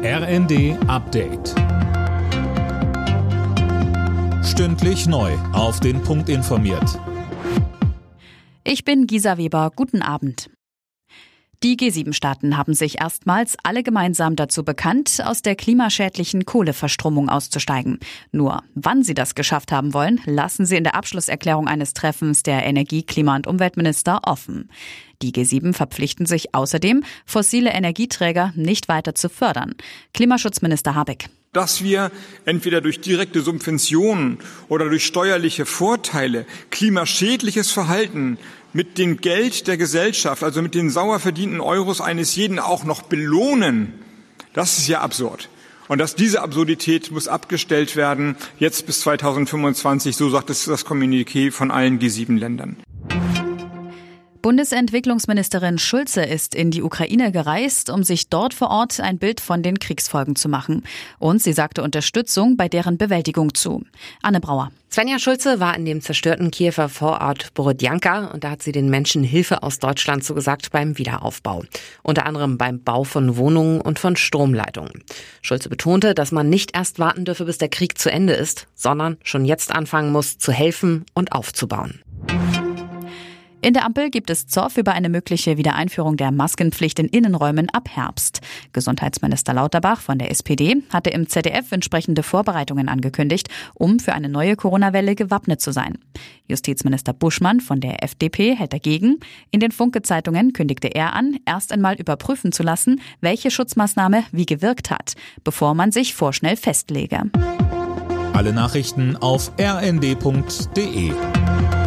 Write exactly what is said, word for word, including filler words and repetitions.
R N D Update. Stündlich neu auf den Punkt informiert. Ich bin Gisa Weber. Guten Abend. Die G sieben Staaten haben sich erstmals alle gemeinsam dazu bekannt, aus der klimaschädlichen Kohleverstromung auszusteigen. Nur wann sie das geschafft haben wollen, lassen sie in der Abschlusserklärung eines Treffens der Energie-, Klima- und Umweltminister offen. Die G sieben verpflichten sich außerdem, fossile Energieträger nicht weiter zu fördern. Klimaschutzminister Habeck. Dass wir entweder durch direkte Subventionen oder durch steuerliche Vorteile klimaschädliches Verhalten mit dem Geld der Gesellschaft, also mit den sauer verdienten Euros eines jeden auch noch belohnen, das ist ja absurd. Und dass diese Absurdität muss abgestellt werden, jetzt bis zweitausendfünfundzwanzig, so sagt es das Kommuniqué von allen G sieben Ländern. Bundesentwicklungsministerin Schulze ist in die Ukraine gereist, um sich dort vor Ort ein Bild von den Kriegsfolgen zu machen. Und sie sagte Unterstützung bei deren Bewältigung zu. Anne Brauer. Svenja Schulze war in dem zerstörten Kiewer Vorort Borodjanka und da hat sie den Menschen Hilfe aus Deutschland zugesagt beim Wiederaufbau. Unter anderem beim Bau von Wohnungen und von Stromleitungen. Schulze betonte, dass man nicht erst warten dürfe, bis der Krieg zu Ende ist, sondern schon jetzt anfangen muss, zu helfen und aufzubauen. In der Ampel gibt es Zoff über eine mögliche Wiedereinführung der Maskenpflicht in Innenräumen ab Herbst. Gesundheitsminister Lauterbach von der S P D hatte im Z D F entsprechende Vorbereitungen angekündigt, um für eine neue Corona-Welle gewappnet zu sein. Justizminister Buschmann von der F D P hält dagegen. In den Funke-Zeitungen kündigte er an, erst einmal überprüfen zu lassen, welche Schutzmaßnahme wie gewirkt hat, bevor man sich vorschnell festlege. Alle Nachrichten auf r n d punkt d e.